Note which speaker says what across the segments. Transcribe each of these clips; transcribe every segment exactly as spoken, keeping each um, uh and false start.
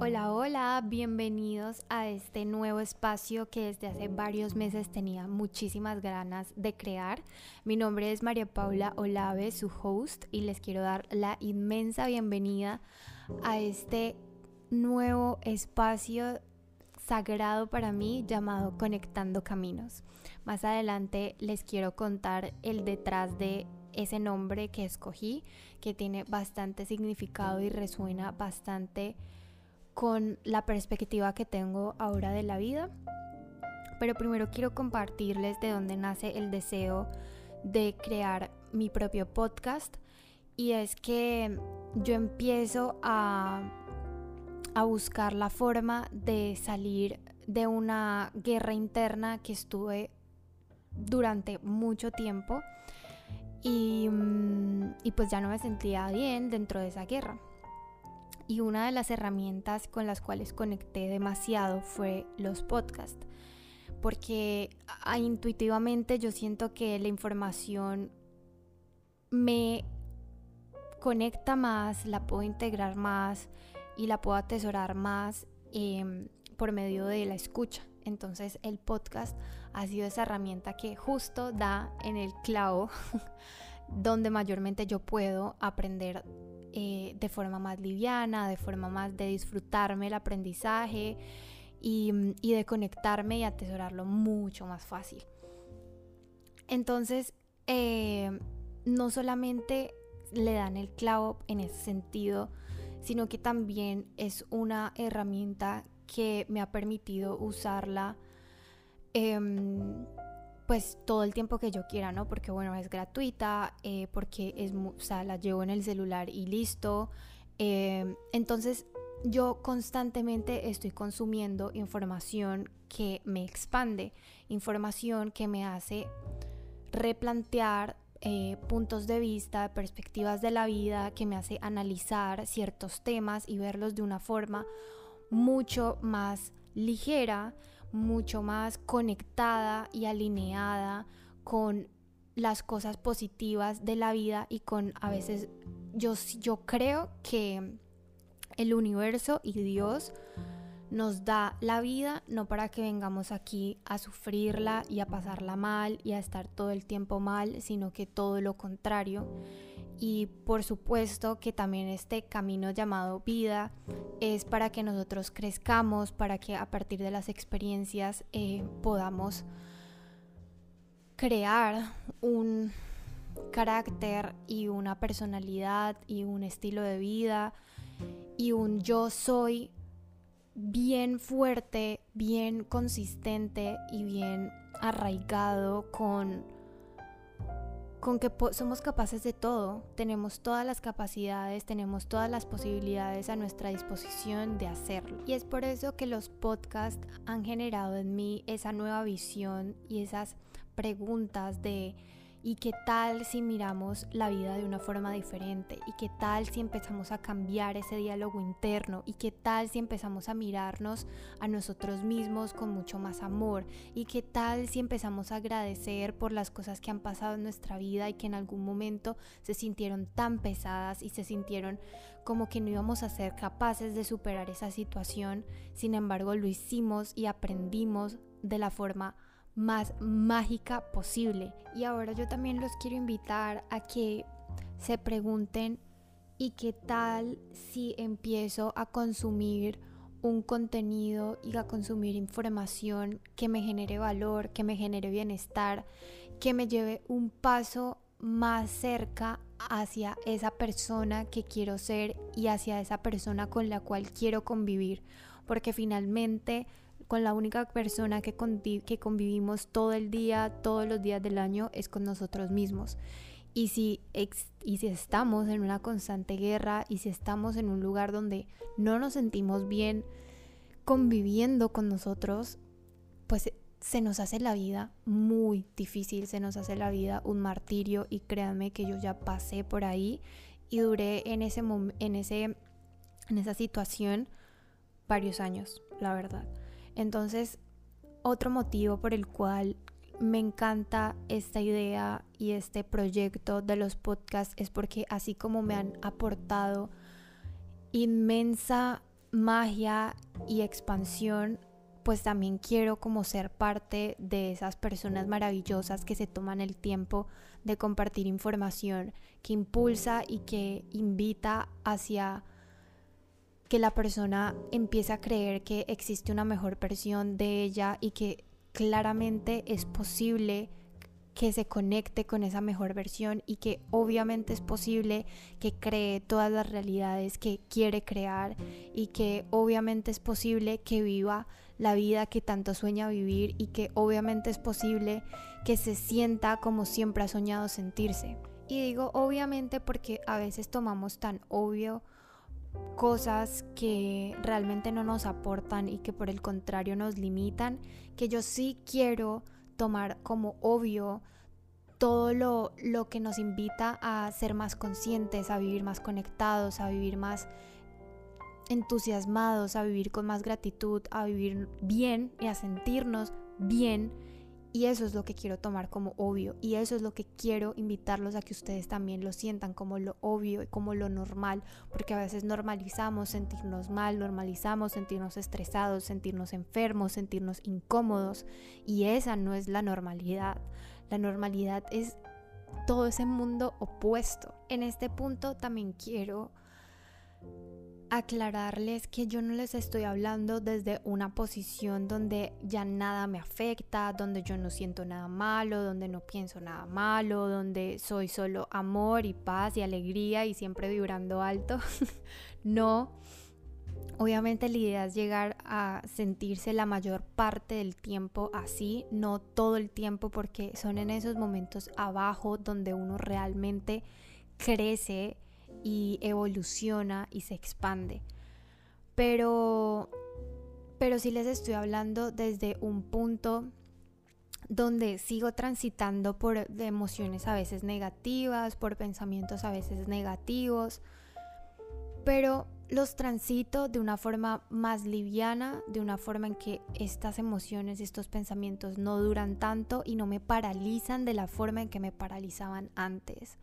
Speaker 1: Hola, hola, bienvenidos a este nuevo espacio que desde hace varios meses tenía muchísimas ganas de crear. Mi nombre es María Paula Olave, su host, y les quiero dar la inmensa bienvenida a este nuevo espacio sagrado para mí llamado Conectando Caminos. Más adelante les quiero contar el detrás de ese nombre que escogí, que tiene bastante significado y resuena bastante con la perspectiva que tengo ahora de la vida. Pero primero quiero compartirles de dónde nace el deseo de crear mi propio podcast, y es que yo empiezo a, a buscar la forma de salir de una guerra interna que estuve durante mucho tiempo y, y pues ya no me sentía bien dentro de esa guerra. Y una de las herramientas con las cuales conecté demasiado fue los podcasts, porque a, intuitivamente yo siento que la información me conecta más, la puedo integrar más y la puedo atesorar más eh, por medio de la escucha. Entonces el podcast ha sido esa herramienta que justo da en el clavo donde mayormente yo puedo aprender Eh, de forma más liviana, de forma más de disfrutarme el aprendizaje y, y de conectarme y atesorarlo mucho más fácil. Entonces, eh, no solamente le dan el clavo en ese sentido, sino que también es una herramienta que me ha permitido usarla eh, pues todo el tiempo que yo quiera, ¿no? Porque bueno, es gratuita, eh, porque es, o sea, la llevo en el celular y listo. Eh, entonces yo constantemente estoy consumiendo información que me expande, información que me hace replantear eh, puntos de vista, perspectivas de la vida, que me hace analizar ciertos temas y verlos de una forma mucho más ligera, mucho más conectada y alineada con las cosas positivas de la vida y con, a veces, yo, yo creo que el universo y Dios nos da la vida no para que vengamos aquí a sufrirla y a pasarla mal y a estar todo el tiempo mal, sino que todo lo contrario. Y por supuesto que también este camino llamado vida es para que nosotros crezcamos, para que a partir de las experiencias eh, podamos crear un carácter y una personalidad y un estilo de vida y un yo soy bien fuerte, bien consistente y bien arraigado con con que po- somos capaces de todo, tenemos todas las capacidades, tenemos todas las posibilidades a nuestra disposición de hacerlo. Y es por eso que los podcasts han generado en mí esa nueva visión y esas preguntas de ¿y qué tal si miramos la vida de una forma diferente? ¿Y qué tal si empezamos a cambiar ese diálogo interno? ¿Y qué tal si empezamos a mirarnos a nosotros mismos con mucho más amor? ¿Y qué tal si empezamos a agradecer por las cosas que han pasado en nuestra vida y que en algún momento se sintieron tan pesadas y se sintieron como que no íbamos a ser capaces de superar esa situación? Sin embargo, lo hicimos y aprendimos de la forma más mágica posible. Y ahora yo también los quiero invitar a que se pregunten ¿y qué tal si empiezo a consumir un contenido y a consumir información que me genere valor, que me genere bienestar, que me lleve un paso más cerca hacia esa persona que quiero ser y hacia esa persona con la cual quiero convivir? Porque finalmente con la única persona que, conviv- que convivimos todo el día, todos los días del año, es con nosotros mismos. Y si, ex- y si estamos en una constante guerra y si estamos en un lugar donde no nos sentimos bien conviviendo con nosotros, pues se nos hace la vida muy difícil, se nos hace la vida un martirio. Y créanme que yo ya pasé por ahí y duré en, ese mom- en, ese, en esa situación varios años, la verdad. Entonces, otro motivo por el cual me encanta esta idea y este proyecto de los podcasts es porque así como me han aportado inmensa magia y expansión, pues también quiero como ser parte de esas personas maravillosas que se toman el tiempo de compartir información que impulsa y que invita hacia que la persona empiece a creer que existe una mejor versión de ella y que claramente es posible que se conecte con esa mejor versión y que obviamente es posible que cree todas las realidades que quiere crear y que obviamente es posible que viva la vida que tanto sueña vivir y que obviamente es posible que se sienta como siempre ha soñado sentirse. Y digo obviamente porque a veces tomamos tan obvio cosas que realmente no nos aportan y que por el contrario nos limitan, que yo sí quiero tomar como obvio todo lo, lo que nos invita a ser más conscientes, a vivir más conectados, a vivir más entusiasmados, a vivir con más gratitud, a vivir bien y a sentirnos bien. Y eso es lo que quiero tomar como obvio, y eso es lo que quiero invitarlos a que ustedes también lo sientan como lo obvio y como lo normal, porque a veces normalizamos sentirnos mal, normalizamos sentirnos estresados, sentirnos enfermos, sentirnos incómodos, y esa no es la normalidad. La normalidad es todo ese mundo opuesto. En este punto también quiero aclararles que yo no les estoy hablando desde una posición donde ya nada me afecta, donde yo no siento nada malo, donde no pienso nada malo, donde soy solo amor y paz y alegría y siempre vibrando alto. No, obviamente la idea es llegar a sentirse la mayor parte del tiempo así, no todo el tiempo, porque son en esos momentos abajo donde uno realmente crece y evoluciona y se expande. Pero, pero sí les estoy hablando desde un punto donde sigo transitando por emociones a veces negativas, por pensamientos a veces negativos, pero los transito de una forma más liviana, de una forma en que estas emociones, estos pensamientos no duran tanto y no me paralizan de la forma en que me paralizaban antes.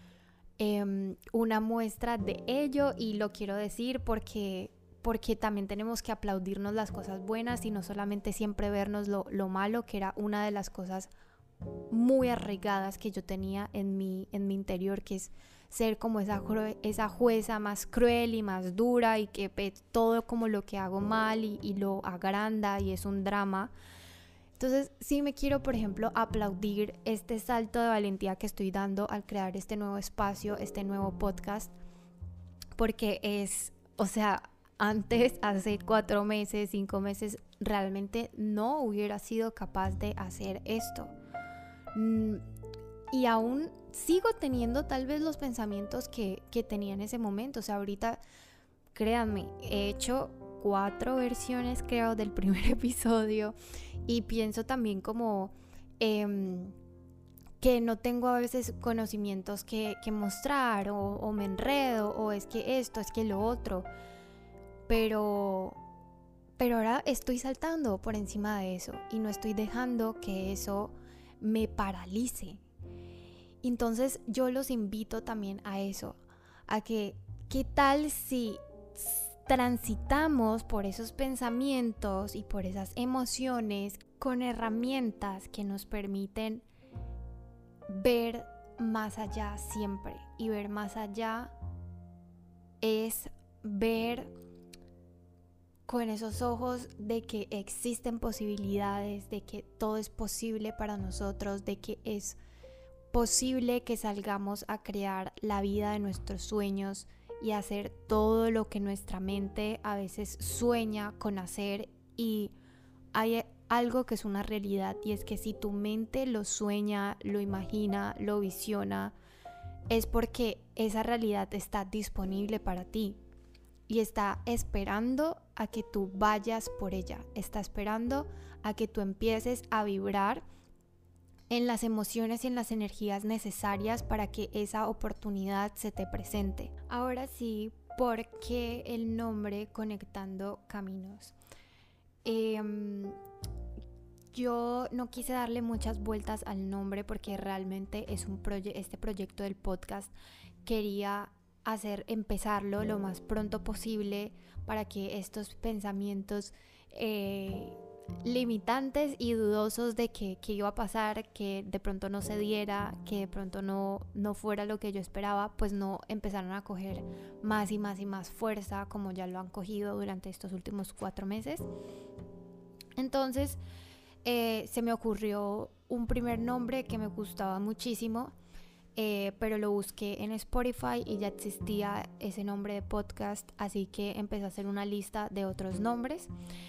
Speaker 1: Eh, una muestra de ello, y lo quiero decir porque, porque también tenemos que aplaudirnos las cosas buenas y no solamente siempre vernos lo, lo malo, que era una de las cosas muy arraigadas que yo tenía en mi, en mi interior, que es ser como esa, esa jueza más cruel y más dura y que ve todo como lo que hago mal y, y lo agranda y es un drama. Entonces sí me quiero, por ejemplo, aplaudir este salto de valentía que estoy dando al crear este nuevo espacio, este nuevo podcast, porque es, o sea, antes, hace cuatro meses, cinco meses, realmente no hubiera sido capaz de hacer esto. Mm, y aún sigo teniendo tal vez los pensamientos que, que tenía en ese momento. O sea, ahorita, créanme, he hecho cuatro versiones, creo, del primer episodio. Y pienso también como eh, que no tengo a veces conocimientos que, que mostrar, o, o me enredo, o es que esto, es que lo otro. Pero, pero ahora estoy saltando por encima de eso y no estoy dejando que eso me paralice. Entonces yo los invito también a eso, a que, ¿qué tal si transitamos por esos pensamientos y por esas emociones con herramientas que nos permiten ver más allá siempre? Y ver más allá es ver con esos ojos de que existen posibilidades, de que todo es posible para nosotros, de que es posible que salgamos a crear la vida de nuestros sueños y hacer todo lo que nuestra mente a veces sueña con hacer. Y hay algo que es una realidad, y es que si tu mente lo sueña, lo imagina, lo visiona, es porque esa realidad está disponible para ti y está esperando a que tú vayas por ella, está esperando a que tú empieces a vibrar en las emociones y en las energías necesarias para que esa oportunidad se te presente. Ahora sí, ¿por qué el nombre Conectando Caminos? Eh, yo no quise darle muchas vueltas al nombre porque realmente es un proye- este proyecto del podcast quería hacer, empezarlo lo más pronto posible para que estos pensamientos eh, limitantes y dudosos de que, que iba a pasar, que de pronto no se diera, que de pronto no, no fuera lo que yo esperaba, pues no empezaron a coger más y más y más fuerza como ya lo han cogido durante estos últimos cuatro meses. Entonces eh, se me ocurrió un primer nombre que me gustaba muchísimo, eh, pero lo busqué en Spotify y ya existía ese nombre de podcast, así que empecé a hacer una lista de otros nombres.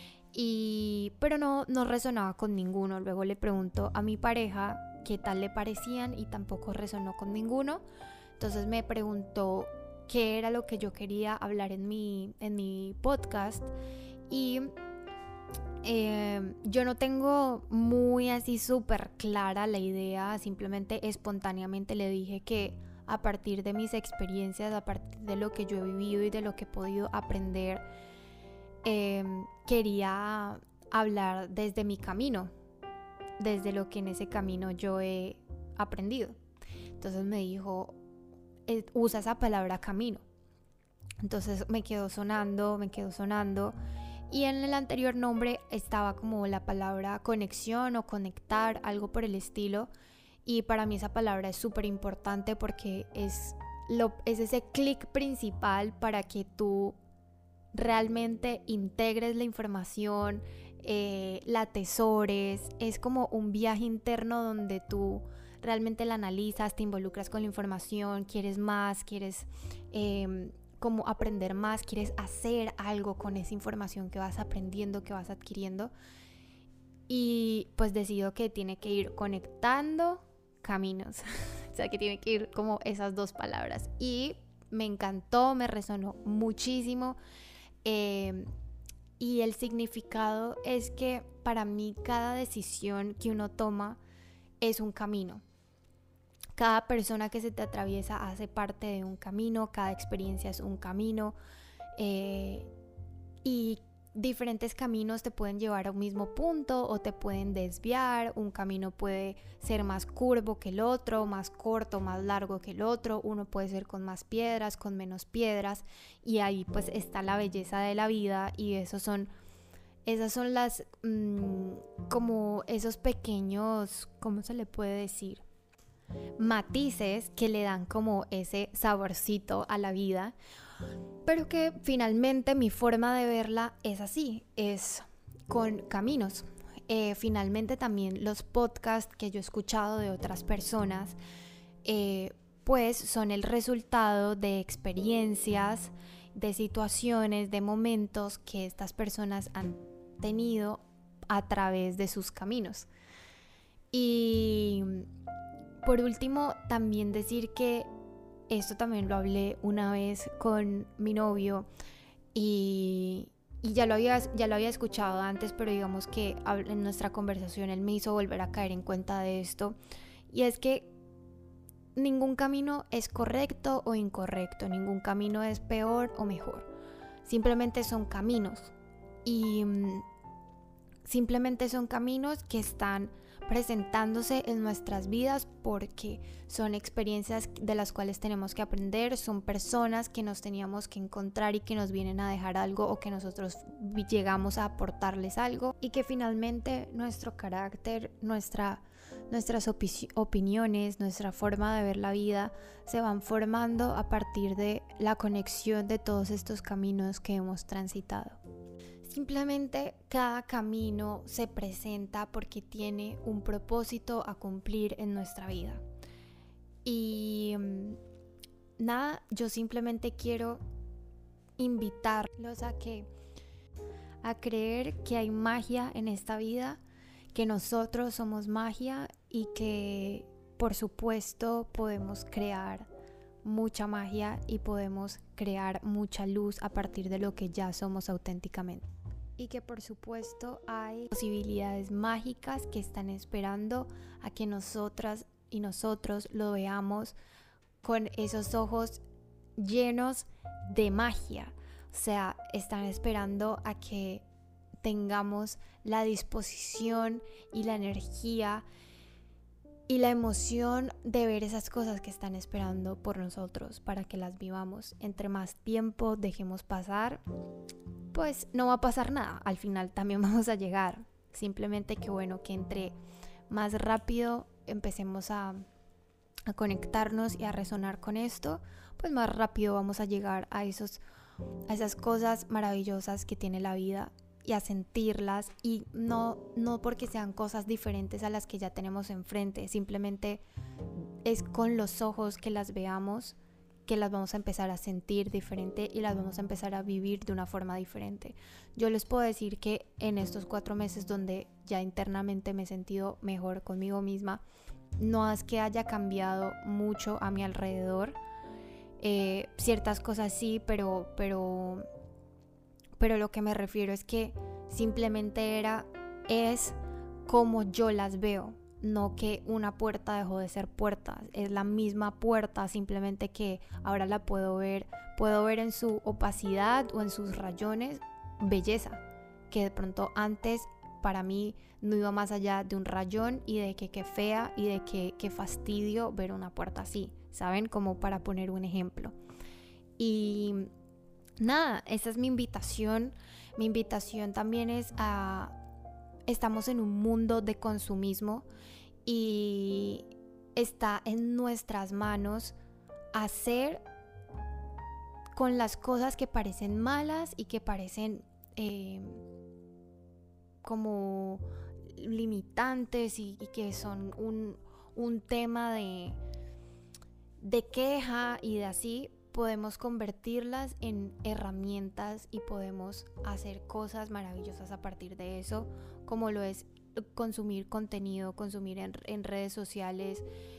Speaker 1: Y, pero no, no resonaba con ninguno. Luego le pregunto a mi pareja qué tal le parecían y tampoco resonó con ninguno. Entonces me preguntó qué era lo que yo quería hablar en mi, en mi podcast. Y eh, yo no tengo muy así súper clara la idea. Simplemente espontáneamente le dije que a partir de mis experiencias, a partir de lo que yo he vivido y de lo que he podido aprender, Eh, quería hablar desde mi camino, desde lo que en ese camino yo he aprendido. Entonces me dijo, eh, usa esa palabra camino. Entonces me quedó sonando, me quedó sonando. Y en el anterior nombre estaba como la palabra conexión o conectar, algo por el estilo. Y para mí esa palabra es súper importante porque es, lo, es ese clic principal para que tú realmente integres la información, eh, la atesores. Es como un viaje interno donde tú realmente la analizas, te involucras con la información, quieres más, quieres eh, como aprender más, quieres hacer algo con esa información que vas aprendiendo, que vas adquiriendo. Y pues decido que tiene que ir conectando caminos, o sea que tiene que ir como esas dos palabras. Y me encantó, me resonó muchísimo. Eh, y el significado es que para mí cada decisión que uno toma es un camino. Cada persona que se te atraviesa hace parte de un camino, cada experiencia es un camino, eh, y diferentes caminos te pueden llevar a un mismo punto o te pueden desviar. Un camino puede ser más curvo que el otro, más corto, más largo que el otro. Uno puede ser con más piedras, con menos piedras, y ahí pues está la belleza de la vida. Y esos son, esas son las, mmm, como esos pequeños, ¿cómo se le puede decir? Matices que le dan como ese saborcito a la vida. Pero que finalmente mi forma de verla es así, es con caminos. Eh, finalmente también los podcasts que yo he escuchado de otras personas, eh, pues son el resultado de experiencias, de situaciones, de momentos que estas personas han tenido a través de sus caminos. Y por último, también decir que esto también lo hablé una vez con mi novio y, y ya, lo había, ya lo había escuchado antes, pero digamos que en nuestra conversación él me hizo volver a caer en cuenta de esto. Y es que ningún camino es correcto o incorrecto, ningún camino es peor o mejor. Simplemente son caminos. Y mmm, simplemente son caminos que están presentándose en nuestras vidas porque son experiencias de las cuales tenemos que aprender, son personas que nos teníamos que encontrar y que nos vienen a dejar algo o que nosotros llegamos a aportarles algo, y que finalmente nuestro carácter, nuestra, nuestras opi- opiniones, nuestra forma de ver la vida se van formando a partir de la conexión de todos estos caminos que hemos transitado. Simplemente cada camino se presenta porque tiene un propósito a cumplir en nuestra vida. Y nada, yo simplemente quiero invitarlos a que a creer que hay magia en esta vida, que nosotros somos magia y que por supuesto podemos crear mucha magia y podemos crear mucha luz a partir de lo que ya somos auténticamente. Y que por supuesto hay posibilidades mágicas que están esperando a que nosotras y nosotros lo veamos con esos ojos llenos de magia. O sea, están esperando a que tengamos la disposición y la energía y la emoción de ver esas cosas que están esperando por nosotros para que las vivamos. Entre más tiempo dejemos pasar, pues no va a pasar nada. Al final también vamos a llegar. Simplemente que bueno, que entre más rápido empecemos a, a conectarnos y a resonar con esto, pues más rápido vamos a llegar a, esos, a esas cosas maravillosas que tiene la vida y a sentirlas, y no, no porque sean cosas diferentes a las que ya tenemos enfrente, simplemente es con los ojos que las veamos que las vamos a empezar a sentir diferente y las vamos a empezar a vivir de una forma diferente. Yo les puedo decir que en estos cuatro meses donde ya internamente me he sentido mejor conmigo misma, no es que haya cambiado mucho a mi alrededor, eh, ciertas cosas sí, pero, pero, pero lo que me refiero es que simplemente era, es como yo las veo. No que una puerta dejó de ser puerta, es la misma puerta, simplemente que ahora la puedo ver, puedo ver en su opacidad o en sus rayones belleza, que de pronto antes para mí no iba más allá de un rayón y de que qué fea y de que qué fastidio ver una puerta así, ¿saben? Como para poner un ejemplo. Y nada, esa es mi invitación. Mi invitación también es a... Estamos en un mundo de consumismo y está en nuestras manos hacer con las cosas que parecen malas y que parecen eh, como limitantes y, y que son un, un tema de, de queja y de así, podemos convertirlas en herramientas y podemos hacer cosas maravillosas a partir de eso, como lo es consumir contenido, consumir en, en redes sociales,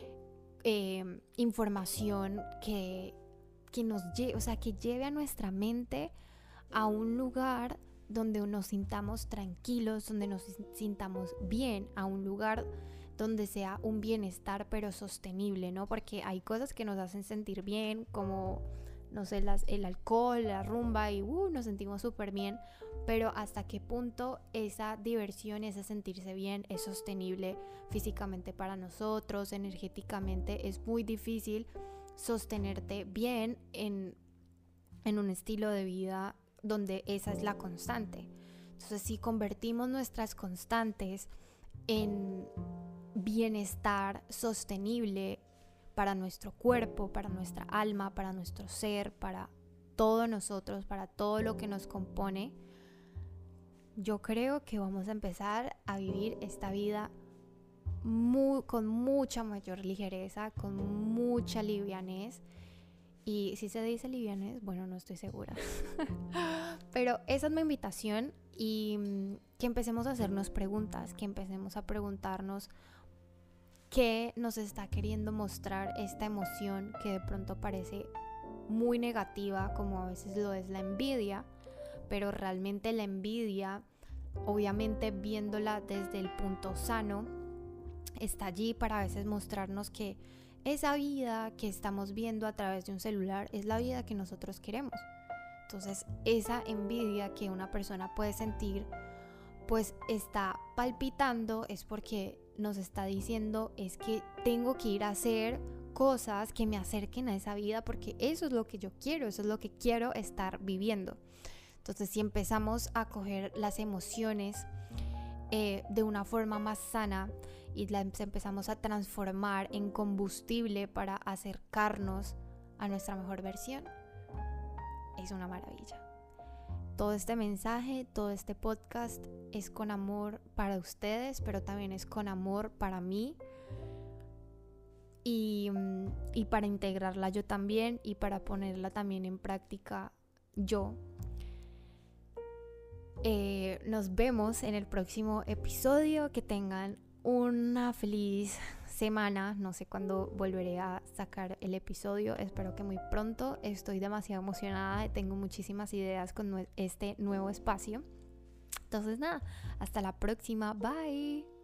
Speaker 1: eh, información que, que nos lleve, o sea, que lleve a nuestra mente a un lugar donde nos sintamos tranquilos, donde nos sintamos bien, a un lugar donde sea un bienestar pero sostenible, ¿no? Porque hay cosas que nos hacen sentir bien, como, no sé, las, el alcohol, la rumba y uh, nos sentimos súper bien, pero hasta qué punto esa diversión y ese sentirse bien es sostenible físicamente para nosotros, energéticamente. Es muy difícil sostenerte bien en, en un estilo de vida donde esa es la constante. Entonces, si convertimos nuestras constantes en bienestar sostenible para nuestro cuerpo, para nuestra alma, para nuestro ser, para todos nosotros, para todo lo que nos compone, yo creo que vamos a empezar a vivir esta vida muy, con mucha mayor ligereza, con mucha livianez. Y si se dice livianez, bueno, no estoy segura. Pero esa es mi invitación, y que empecemos a hacernos preguntas, que empecemos a preguntarnos qué nos está queriendo mostrar esta emoción que de pronto parece muy negativa, como a veces lo es la envidia, pero realmente la envidia, obviamente viéndola desde el punto sano, está allí para a veces mostrarnos que esa vida que estamos viendo a través de un celular es la vida que nosotros queremos. Entonces, esa envidia que una persona puede sentir, pues está palpitando, es porque nos está diciendo es que tengo que ir a hacer cosas que me acerquen a esa vida, porque eso es lo que yo quiero, eso es lo que quiero estar viviendo. Entonces, si empezamos a coger las emociones eh, de una forma más sana y las empezamos a transformar en combustible para acercarnos a nuestra mejor versión, es una maravilla. Todo este mensaje, todo este podcast es con amor para ustedes, pero también es con amor para mí, y, y para integrarla yo también y para ponerla también en práctica yo. Eh, nos vemos en el próximo episodio. Que tengan una feliz semana. No sé cuándo volveré a sacar el episodio. Espero que muy pronto. Estoy demasiado emocionada. Tengo muchísimas ideas con este nuevo espacio. Entonces nada, hasta la próxima. Bye.